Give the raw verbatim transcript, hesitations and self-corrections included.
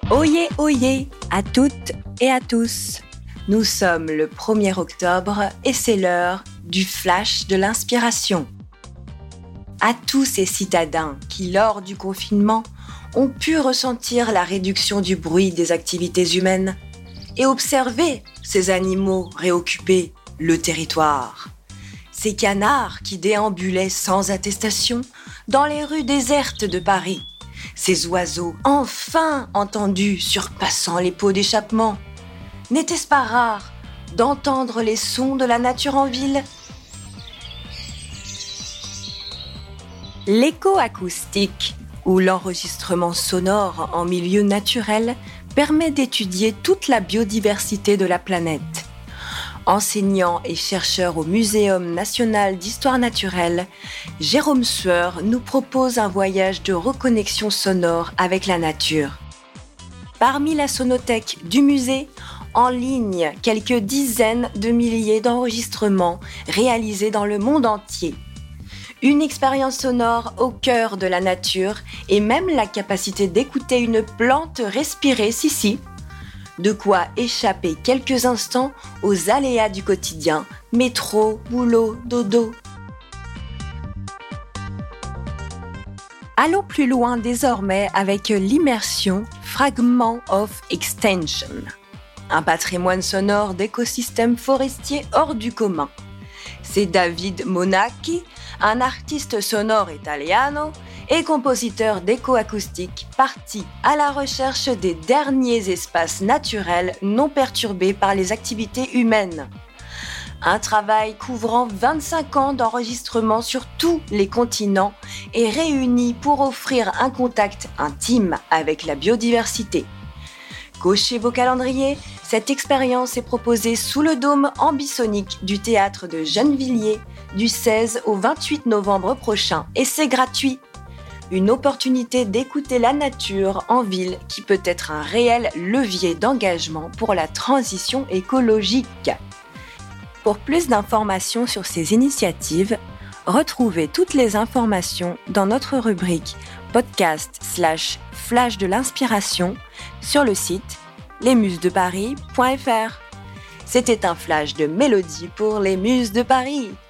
Oyez, oyez, à toutes et à tous. Nous sommes le premier octobre et c'est l'heure du flash de l'inspiration. À tous ces citadins qui, lors du confinement, ont pu ressentir la réduction du bruit des activités humaines et observer ces animaux réoccuper le territoire. Ces canards qui déambulaient sans attestation dans les rues désertes de Paris. Ces oiseaux enfin entendus surpassant les pots d'échappement. N'était-ce pas rare d'entendre les sons de la nature en ville ? L'écoacoustique, ou l'enregistrement sonore en milieu naturel, permet d'étudier toute la biodiversité de la planète. Enseignant et chercheur au Muséum national d'histoire naturelle, Jérôme Sueur nous propose un voyage de reconnexion sonore avec la nature. Parmi la sonothèque du musée, en ligne, quelques dizaines de milliers d'enregistrements réalisés dans le monde entier. Une expérience sonore au cœur de la nature et même la capacité d'écouter une plante respirer, si si. De quoi échapper quelques instants aux aléas du quotidien, métro, boulot, dodo. Allons plus loin désormais avec l'immersion Fragment of Extension, un patrimoine sonore d'écosystèmes forestiers hors du commun. C'est David Monacchi, un artiste sonore italiano et compositeur d'écoacoustique parti à la recherche des derniers espaces naturels non perturbés par les activités humaines. Un travail couvrant vingt-cinq ans d'enregistrement sur tous les continents et réuni pour offrir un contact intime avec la biodiversité. Cochez vos calendriers, cette expérience est proposée sous le dôme ambisonique du théâtre de Gennevilliers du seize au vingt-huit novembre prochain et c'est gratuit. Une opportunité d'écouter la nature en ville qui peut être un réel levier d'engagement pour la transition écologique. Pour plus d'informations sur ces initiatives, retrouvez toutes les informations dans notre rubrique podcast slash flash de l'inspiration sur le site les muses de paris point f r. C'était un flash de Mélodie pour les Muses de Paris.